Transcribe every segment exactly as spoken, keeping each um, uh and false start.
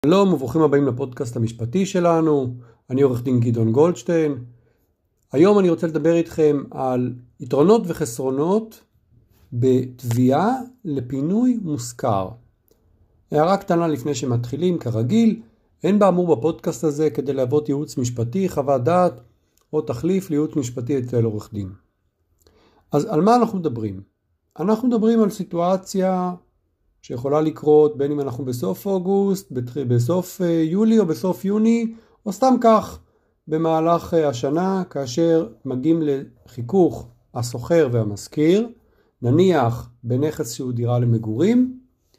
שלום וברוכים הבאים לפודקאסט המשפטי שלנו. אני עורך דין גדעון גולדשטיין. היום אני רוצה לדבר איתכם על יתרונות וחסרונות בתביעה לפינוי מושכר. הערה קטנה לפני שמתחילים, כרגיל, אין באמור בפודקאסט הזה כדי להוות ייעוץ משפטי, חוות דעת או תחליף לייעוץ משפטי אצל עורך דין. אז על מה אנחנו מדברים? אנחנו מדברים על סיטואציה שיכולה לקרות בין אם אנחנו בסוף אוגוסט, בסוף יולי או בסוף יוני, או סתם כך במהלך השנה, כאשר מגיעים לחיכוך הסוחר והמשכיר, נניח בנכס שהוא דירה למגורים,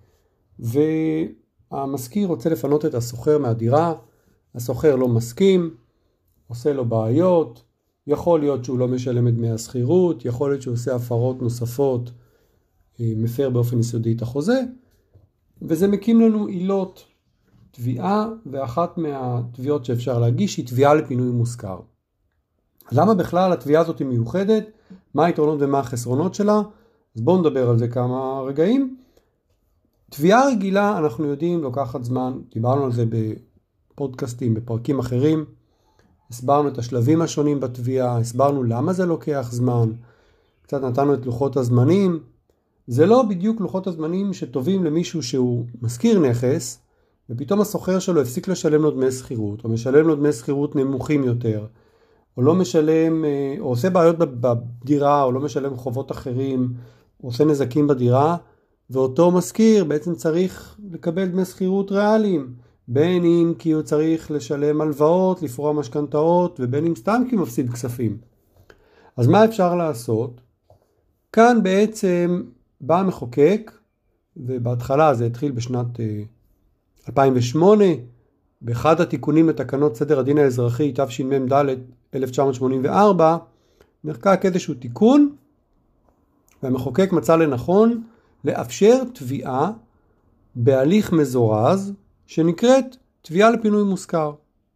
והמשכיר רוצה לפנות את הסוחר מהדירה, הסוחר לא מסכים, עושה לו בעיות, יכול להיות שהוא לא משלם את דמי השכירות, יכול להיות שהוא עושה הפרות נוספות, מפר באופן יסודי את החוזה, וזה מקים לנו עילות תביעה, ואחת מהתביעות שאפשר להגיש היא תביעה לפינוי מושכר. למה בכלל התביעה הזאת היא מיוחדת? מה היתרונות ומה החסרונות שלה? אז בואו נדבר על זה כמה רגעים. תביעה רגילה, אנחנו יודעים, לוקחת זמן, דיברנו על זה בפודקאסטים, בפרקים אחרים, הסברנו את השלבים השונים בתביעה, הסברנו למה זה לוקח זמן, קצת נתנו את לוחות הזמנים. זה לא בדיוק לוחות הזמנים שטובים למישהו שהוא משכיר נכס, ופתאום הסוחר שלו הפסיק לשלם לו דמי שכירות, או משלם לו דמי שכירות נמוכים יותר, או לא משלם, או עושה בעיות בדירה, או לא משלם חובות אחרים, או עושה נזקים בדירה, ואותו משכיר בעצם צריך לקבל דמי שכירות ריאליים, בין אם כי הוא צריך לשלם הלוואות, לפרוע משכנתאות, ובין אם סתם כי הוא מפסיד כספים. אז מה אפשר לעשות? כאן בעצם בא המחוקק, ובהתחלה זה התחיל בשנת אלפיים ושמונה, באחד התיקונים לתקנות סדר הדין האזרחי תשמ"ד אלף תשע מאות שמונים וארבע, נחקק איזשהו תיקון, והמחוקק מצא לנכון לאפשר תביעה בהליך מזורז, שנקראת תביעה לפינוי מושכר.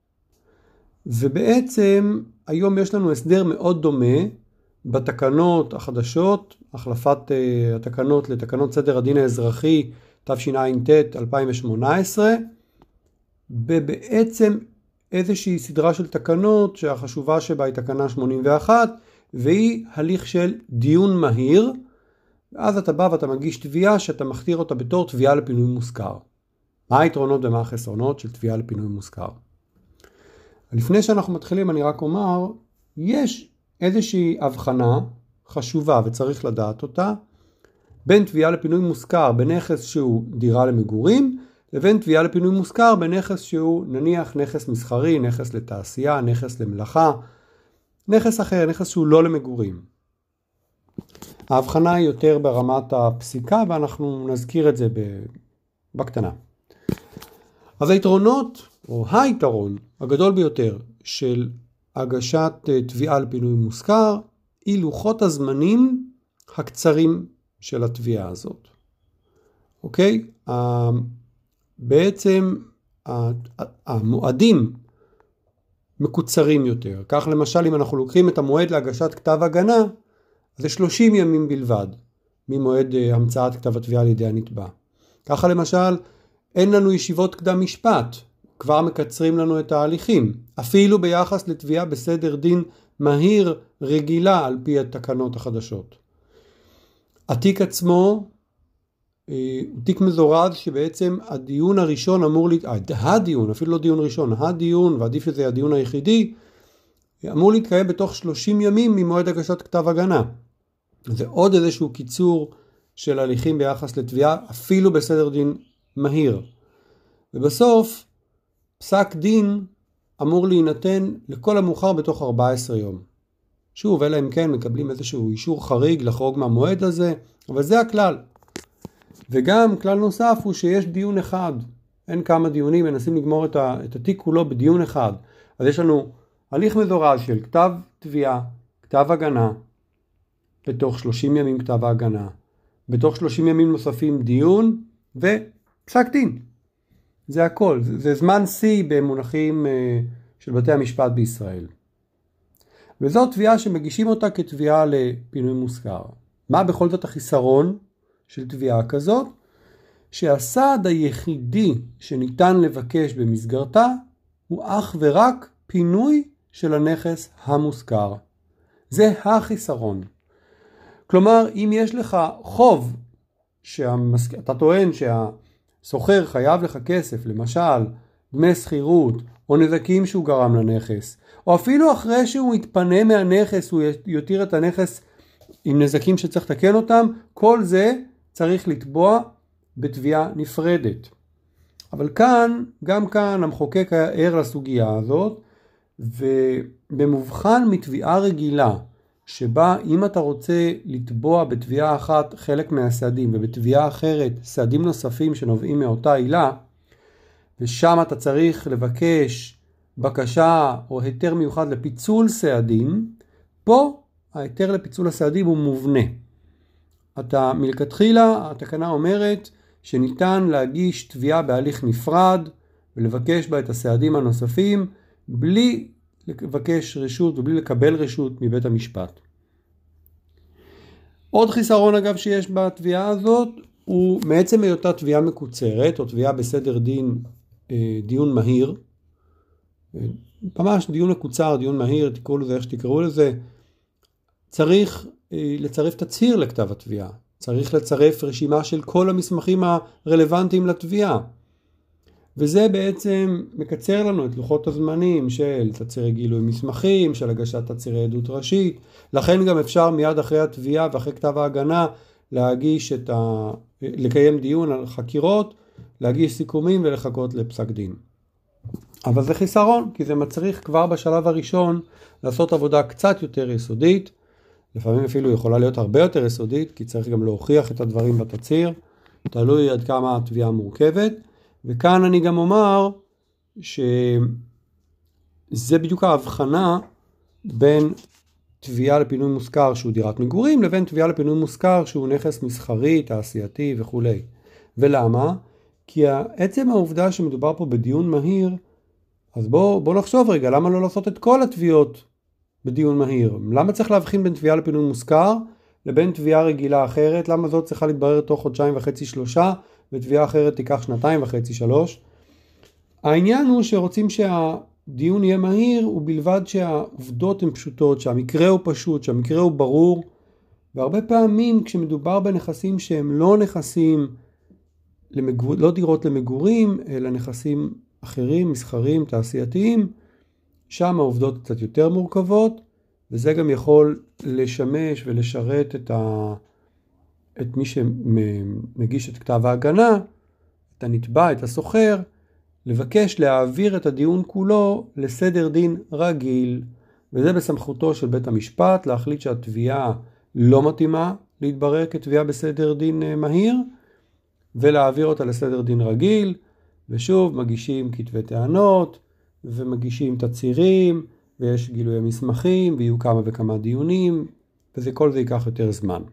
ובעצם היום יש לנו הסדר מאוד דומה, בתקנות החדשות, החלפת uh, התקנות לתקנות סדר הדין האזרחי תשע"ט אלפיים ושמונה עשרה, ובעצם איזושהי סדרה של תקנות שהחשובה שבה היא תקנה שמונים ואחת, והיא הליך של דיון מהיר, ואז אתה בא ואתה מגיש תביעה שאתה מכתיר אותה בתור תביעה לפינוי מושכר. מה היתרונות ומה החסרונות של תביעה לפינוי מושכר? לפני שאנחנו מתחילים אני רק אומר, יש איזושהי הבחנה חשובה וצריך לדעת אותה, בין תביעה לפינוי מושכר בנכס שהוא דירה למגורים, לבין תביעה לפינוי מושכר בנכס שהוא נניח נכס מסחרי, נכס לתעשייה, נכס למלאכה, נכס אחר, נכס שהוא לא למגורים. ההבחנה היא יותר ברמת הפסיקה ואנחנו נזכיר את זה בקטנה. אז היתרונות, או היתרון הגדול ביותר של הגשת תביעה לפינוי מושכר, היא לוחות הזמנים הקצרים של התביעה הזאת. אוקיי? בעצם המועדים מקוצרים יותר. כך למשל אם אנחנו לוקחים את המועד להגשת כתב הגנה, זה שלושים ימים בלבד ממועד המצאת כתב התביעה על ידי הנתבע. ככה למשל אין לנו ישיבות קדם משפט, כבר מקצרים לנו את ההליכים, אפילו ביחס לתביעה בסדר דין מהיר רגילה על פי התקנות החדשות. התיק עצמו הוא תיק מזורז שבעצם הדיון הראשון אמור, הדיון, אפילו לא דיון ראשון, הדיון, ועדיף שזה הדיון היחידי, אמור להתקיים בתוך שלושים ימים ממועד הגשת כתב הגנה. זה עוד איזשהו קיצור של הליכים ביחס לתביעה, אפילו בסדר דין מהיר. ובסוף, פסק דין אמור להינתן לכל המאוחר בתוך ארבעה עשר יום. שוב, אלא אם כן מקבלים איזשהו אישור חריג לחרוג מהמועד הזה, אבל זה הכלל. וגם כלל נוסף הוא שיש דיון אחד. אין כמה דיונים, מנסים לגמור את, ה, את התיק כולו בדיון אחד. אז יש לנו הליך מזורז של כתב תביעה, כתב הגנה, בתוך שלושים ימים כתב ההגנה, בתוך שלושים ימים נוספים דיון ופסק דין. זה הכל, זה, זה זמן שיא במונחים uh, של בתי המשפט בישראל. וזו תביעה שמגישים אותה כתביעה לפינוי מושכר. מה בכל זאת החיסרון של תביעה כזאת? שהסעד היחידי שניתן לבקש במסגרתה הוא אך ורק פינוי של הנכס המושכר. זה החיסרון. כלומר, אם יש לך חוב, שהמסק... אתה טוען שהסוחר חייב לך כסף, למשל דמי שכירות או נזקים שהוא גרם לנכס, או אפילו אחרי שהוא יתפנה מהנכס, הוא יותיר את הנכס עם נזקים שצריך לתקן אותם, כל זה צריך לתבוע בתביעה נפרדת. אבל כאן, גם כאן המחוקק היה ער לסוגיה הזאת, ובמובחן מתביעה רגילה, שבה אם אתה רוצה לתבוע בתביעה אחת חלק מהסעדים, ובתביעה אחרת סעדים נוספים שנובעים מאותה עילה, ושם אתה צריך לבקש בקשה או היתר מיוחד לפיצול סעדים, פה ההיתר לפיצול הסעדים הוא מובנה. אתה מלכתחילה, התקנה אומרת שניתן להגיש תביעה בהליך נפרד ולבקש בה את הסעדים הנוספים בלי לבקש רשות ובלי לקבל רשות מבית המשפט. עוד חיסרון אגב שיש בתביעה הזאת הוא מעצם היותה תביעה מקוצרת או תביעה בסדר דין, דיון מהיר, ממש דיון מקוצר, דיון מהיר, תקראו לזה איך שתקראו לזה, צריך לצרף תצהיר לכתב התביעה, צריך לצרף רשימה של כל המסמכים הרלוונטיים לתביעה, וזה בעצם מקצר לנו את לוחות הזמנים של תצהירי גילוי מסמכים, של הגשת תצהירי עדות ראשית. לכן גם אפשר מיד אחרי התביעה ואחרי כתב ההגנה להגיש את ה... לקיים דיון על חקירות, להגיש סיכומים ולחכות לפסק דין. אבל זה חיסרון, כי זה מצריך כבר בשלב הראשון לעשות עבודה קצת יותר יסודית, לפעמים אפילו יכולה להיות הרבה יותר יסודית, כי צריך גם להוכיח את הדברים בתצהיר, תלוי עד כמה התביעה מורכבת. וכאן אני גם אומר שזה בדיוק ההבחנה בין תביעה לפינוי מושכר שהוא דירת מגורים, לבין תביעה לפינוי מושכר שהוא נכס מסחרי, תעשייתי וכו'. ולמה? כי עצם העובדה שמדובר פה בדיון מהיר, אז בוא, בוא נחשוב רגע, למה לא לעשות את כל התביעות בדיון מהיר? למה צריך להבחין בין תביעה לפינוי מושכר לבין תביעה רגילה אחרת? למה זאת צריכה להתברר תוך חודשיים וחצי שלושה, ותביעה אחרת תיקח שנתיים וחצי שלוש? העניין הוא שרוצים שהדיון יהיה מהיר, ובלבד שהעובדות הן פשוטות, שהמקרה הוא פשוט, שהמקרה הוא ברור. והרבה פעמים כשמדובר בנכסים שהם לא נכסים, למגור... לא דירות למגורים, אלא נכסים אחרים, מסחריים, תעשייתיים, שם העובדות קצת יותר מורכבות, וזה גם יכול לשמש ולשרת את, ה... את מי שמגיש את כתב ההגנה, את הנתבע, את הסוחר, לבקש להעביר את הדיון כולו לסדר דין רגיל, וזה בסמכותו של בית המשפט להחליט שהתביעה לא מתאימה להתברר כתביעה בסדר דין מהיר, ולהעביר אותה לסדר דין רגיל, ושוב מגישים כתבי טענות, ומגישים תצהירים, ויש גילוי מסמכים, ויהיו כמה וכמה דיונים, וזה כל זה ייקח יותר זמן.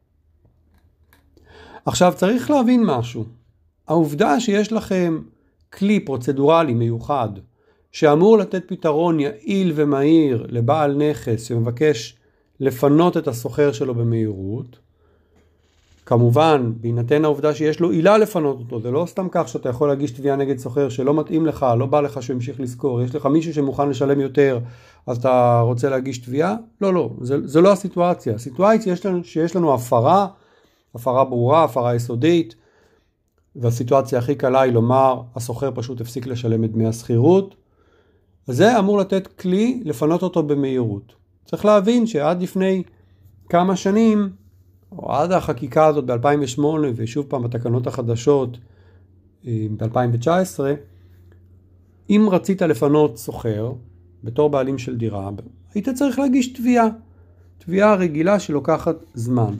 עכשיו צריך להבין משהו. העובדה שיש לכם כלי פרוצדורלי מיוחד, שאמור לתת פתרון יעיל ומהיר לבעל נכס שמבקש לפנות את הסוחר שלו במהירות, כמובן, בהינתן העובדה שיש לו עילה לפנות אותו, זה לא סתם כך שאתה יכול להגיש תביעה נגד סוחר שלא מתאים לך, לא בא לך שהוא ימשיך לזכור, יש לך מישהו שמוכן לשלם יותר, אז אתה רוצה להגיש תביעה? לא, לא, זה, זה לא הסיטואציה. הסיטואציה יש לנו, שיש לנו הפרה, הפרה ברורה, הפרה יסודית, והסיטואציה הכי קלה היא לומר, הסוחר פשוט הפסיק לשלם את דמי השכירות, אז זה אמור לתת כלי לפנות אותו במהירות. צריך להבין שעד לפני כמה שנים, או עד החקיקה הזאת ב-אלפיים ושמונה, ושוב פעם בתקנות החדשות ב-אלפיים תשע עשרה, אם רצית לפנות סוחר, בתור בעלים של דירה, היית צריך להגיש תביעה. תביעה רגילה שלוקחת זמן.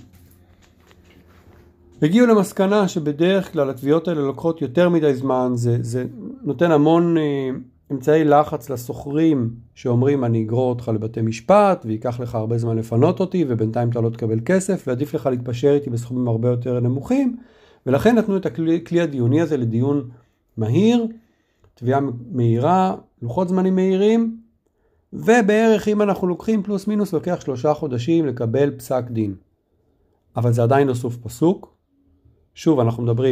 הגיעו למסקנה שבדרך כלל התביעות האלה לוקחות יותר מדי זמן, זה, זה נותן המון אה, אמצעי לחץ לסוחרים שאומרים אני אגרור אותך לבתי משפט ויקח לך הרבה זמן לפנות אותי ובינתיים אתה לא תקבל כסף ועדיף לך להתפשר איתי בסכומים הרבה יותר נמוכים, ולכן נתנו את הכלי, הכלי הדיוני הזה לדיון מהיר, תביעה מהירה, לוחות זמנים מהירים, ובערך אם אנחנו לוקחים פלוס מינוס לוקח שלושה חודשים לקבל פסק דין. אבל זה עדיין לא סוף פסוק. שוב אנחנו מדברים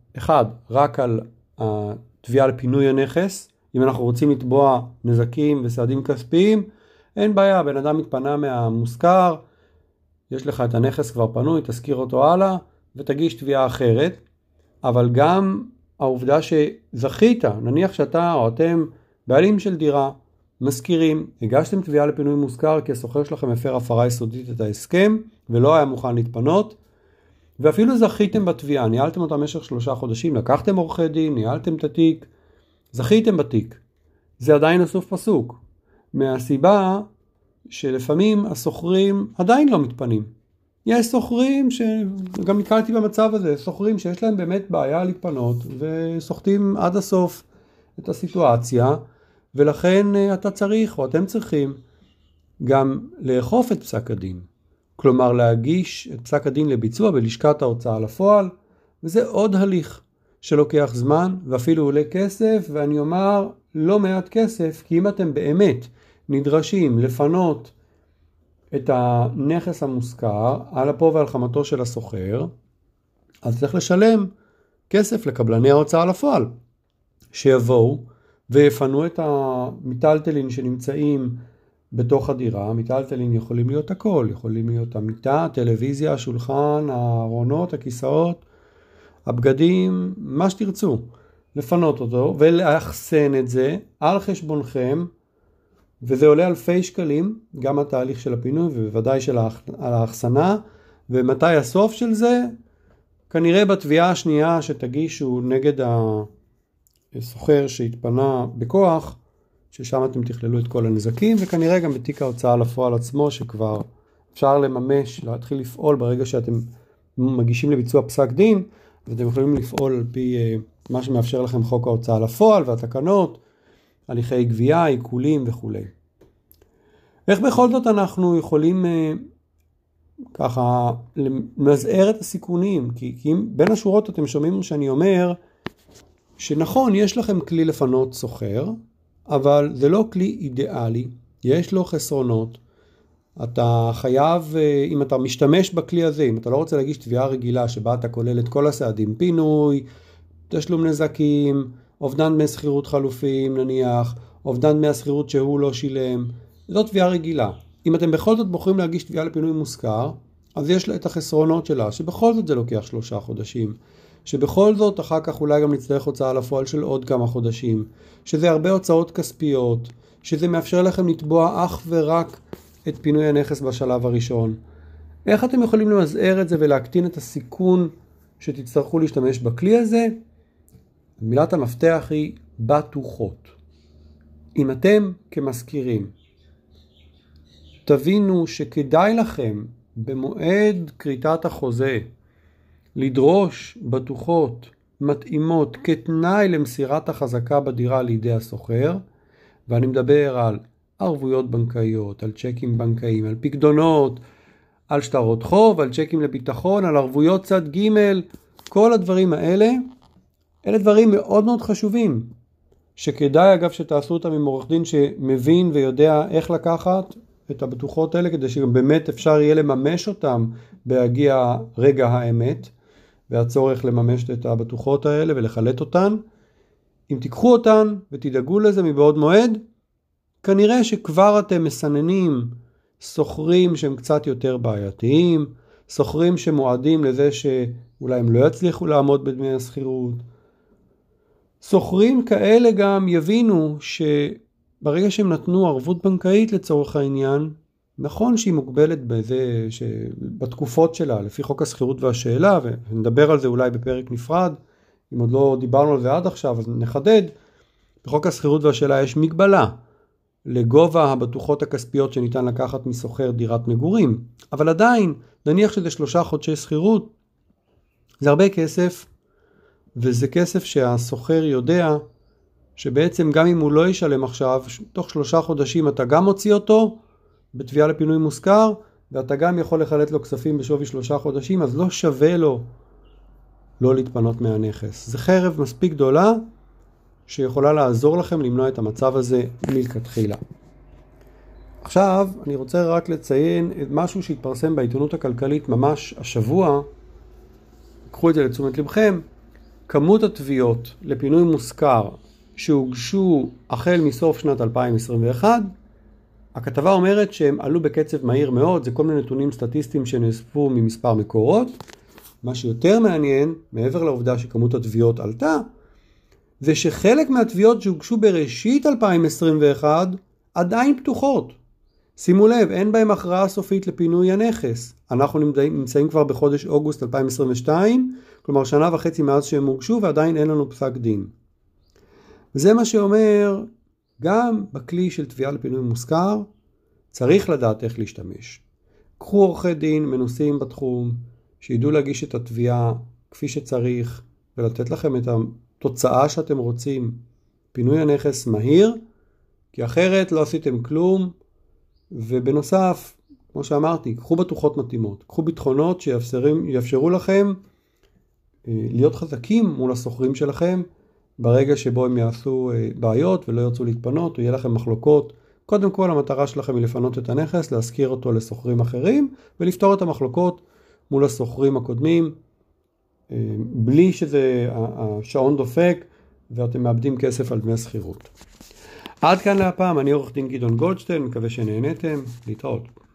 אחד, רק על התביעה לפינוי הנכס. אם אנחנו רוצים לתבוע נזקים וסעדים כספיים, אין בעיה, בן אדם מתפנה מהמושכר, יש לך את הנכס כבר פנוי, תזכיר אותו הלאה ותגיש תביעה אחרת. אבל גם העובדה שזכית, נניח שאתה או אתם בעלים של דירה, מזכירים, הגשתם תביעה לפינוי מושכר כי הסוחר שלכם הפר הפרה יסודית את ההסכם ולא היה מוכן להתפנות, ואפילו זכיתם בתביעה, ניהלתם אותה במשך שלושה חודשים, לקחתם עורכי דין, ניהלתם את התיק, זכיתם בתיק. זה עדיין הסוף פסוק, מהסיבה שלפעמים הסוחרים עדיין לא מתפנים. יש סוחרים שגם נתקלתי במצב הזה, סוחרים שיש להם באמת בעיה להתפנות וסוחטים עד הסוף את הסיטואציה, ולכן אתה צריך או אתם צריכים גם לאכוף את פסק הדין. כלומר להגיש את פסק הדין לביצוע בלשכת ההוצאה לפועל, וזה עוד הליך שלוקח זמן ואפילו עולה כסף, ואני אומר לא מעט כסף, כי אם אתם באמת נדרשים לפנות את הנכס המושכר על אפו ועל חמתו של הסוחר, אז צריך לשלם כסף לקבלני ההוצאה לפועל, שיבואו ויפנו את המיטלטלין שנמצאים בתוך הדירה. מיטלטלין יכולים להיות הכל, יכולים להיות המיטה, הטלוויזיה, השולחן, הארונות, הכיסאות, הבגדים, מה שתרצו, לפנות אותו ולאחסן את זה על חשבונכם, וזה עולה אלפי שקלים, גם התהליך של הפינוי ובוודאי של האחסנה. ומתי הסוף של זה? כנראה בתביעה השנייה שתגישו נגד הסוחר שהתפנה בכוח, ששם אתם תכללו את כל הנזקים, וכנראה גם בתיק ההוצאה לפועל עצמו, שכבר אפשר לממש, להתחיל לפעול ברגע שאתם מגישים לביצוע פסק דין, ואתם יכולים לפעול על פי מה שמאפשר לכם חוק ההוצאה לפועל והתקנות, הליכי גבייה, עיקולים וכו'. איך בכל זאת אנחנו יכולים אה, ככה למזער את הסיכונים? כי, כי בין השורות אתם שומעים שאני אומר שנכון, יש לכם כלי לפנות סוחר, אבל זה לא כלי אידיאלי, יש לו חסרונות. אתה חייב, אם אתה משתמש בכלי הזה, אם אתה לא רוצה להגיש תביעה רגילה שבה אתה כולל את כל הסעדים, פינוי, תשלום נזקים, אובדן דמי שכירות חלופיים נניח, אובדן דמי השכירות שהוא לא שילם, זאת תביעה רגילה. אם אתם בכל זאת בוחרים להגיש תביעה לפינוי מושכר, אז יש לה את החסרונות שלה, שבכל זאת זה לוקח שלושה חודשים, שבכל זאת אחר כך אולי גם נצטרך הוצאה לפועל של עוד כמה חודשים, שזה הרבה הוצאות כספיות, שזה מאפשר לכם לתבוע אך ורק את פינוי הנכס בשלב הראשון. איך אתם יכולים למזער את זה ולהקטין את הסיכון שתצטרכו להשתמש בכלי הזה? מילת המפתח היא בטוחות. אם אתם כמזכירים תבינו שכדאי לכם במועד כריתת החוזה לדרוש בטוחות מתאימות כתנאי למסירת החזקה בדירה לידי הסוחר, ואני מדבר על ערבויות בנקאיות, על צ'קים בנקאיים, על פקדונות, על שטרות חוב, על צ'קים לביטחון, על ערבויות צד ג', כל הדברים האלה, אלה דברים מאוד מאוד חשובים, שכדאי אגב שתעשו אותם עם עורך דין שמבין ויודע איך לקחת את הבטוחות האלה, כדי שגם באמת אפשר יהיה לממש אותם בהגיע רגע האמת, והצורך לממש את הבטוחות האלה ולחלט אותן. אם תיקחו אותן ותדאגו לזה מבעוד מועד, כנראה שכבר אתם מסננים סוחרים שהם קצת יותר בעייתיים, סוחרים שמועדים לזה שאולי הם לא יצליחו לעמוד בדמי השכירות. סוחרים כאלה גם יבינו שברגע שהם נתנו ערבות בנקאית לצורך העניין, נכון שהיא מוגבלת בזה שבתקופות שלה, לפי חוק השכירות והשאלה, ונדבר על זה אולי בפרק נפרד, אם עוד לא דיברנו על זה עד עכשיו, אז נחדד. בחוק השכירות והשאלה יש מגבלה לגובה הבטוחות הכספיות שניתן לקחת מסוחר דירת מגורים, אבל עדיין, נניח שזה שלושה חודשי שכירות, זה הרבה כסף, וזה כסף שהסוחר יודע שבעצם גם אם הוא לא ישלם עכשיו, תוך שלושה חודשים אתה גם מוציא אותו בתביעה לפינוי מושכר, ואתה גם יכול לחלט לו כספים בשווי שלושה חודשים, אז לא שווה לו לא להתפנות מהנכס. זה חרב מספיק גדולה שיכולה לעזור לכם למנוע את המצב הזה מלכתחילה. עכשיו אני רוצה רק לציין את משהו שהתפרסם בעיתונות הכלכלית ממש השבוע, קחו את זה לתשומת לבכם. כמות התביעות לפינוי מושכר שהוגשו החל מסוף שנת אלפיים עשרים ואחת, הכתבה אומרת שהם עלו בקצב מהיר מאוד, זה כל מיני נתונים סטטיסטיים שנאספו ממספר מקורות. מה שיותר מעניין, מעבר לעובדה שכמות התביעות עלתה, זה שחלק מהתביעות שהוגשו בראשית אלפיים עשרים ואחת עדיין פתוחות. שימו לב, אין בהם הכרעה סופית לפינוי הנכס. אנחנו נמצאים כבר בחודש אוגוסט אלפיים עשרים ושתיים, כלומר שנה וחצי מאז שהם הוגשו ועדיין אין לנו פסק דין. וזה מה שאומר, גם בכלי של תביעה לפינוי מושכר, צריך לדעת איך להשתמש. קחו עורכי דין מנוסים בתחום, שידעו להגיש את התביעה כפי שצריך, ולתת לכם את התוצאה שאתם רוצים, פינוי הנכס מהיר, כי אחרת לא עשיתם כלום, ובנוסף, כמו שאמרתי, קחו בטוחות מתאימות, קחו ביטחונות שיאפשרו לכם להיות חזקים מול הסוחרים שלכם, ברגע שבו הם יעשו בעיות ולא ירצו להתפנות, או יהיה לכם מחלוקות. קודם כל המטרה שלכם היא לפנות את הנכס, להשכיר אותו לסוחרים אחרים, ולפתור את המחלוקות מול הסוחרים הקודמים, בלי שזה השעון דופק, ואתם מאבדים כסף על דמי השכירות. עד כאן להפעם, אני עורך דין גדעון גולדשטיין, מקווה שנהנתם, להתראות.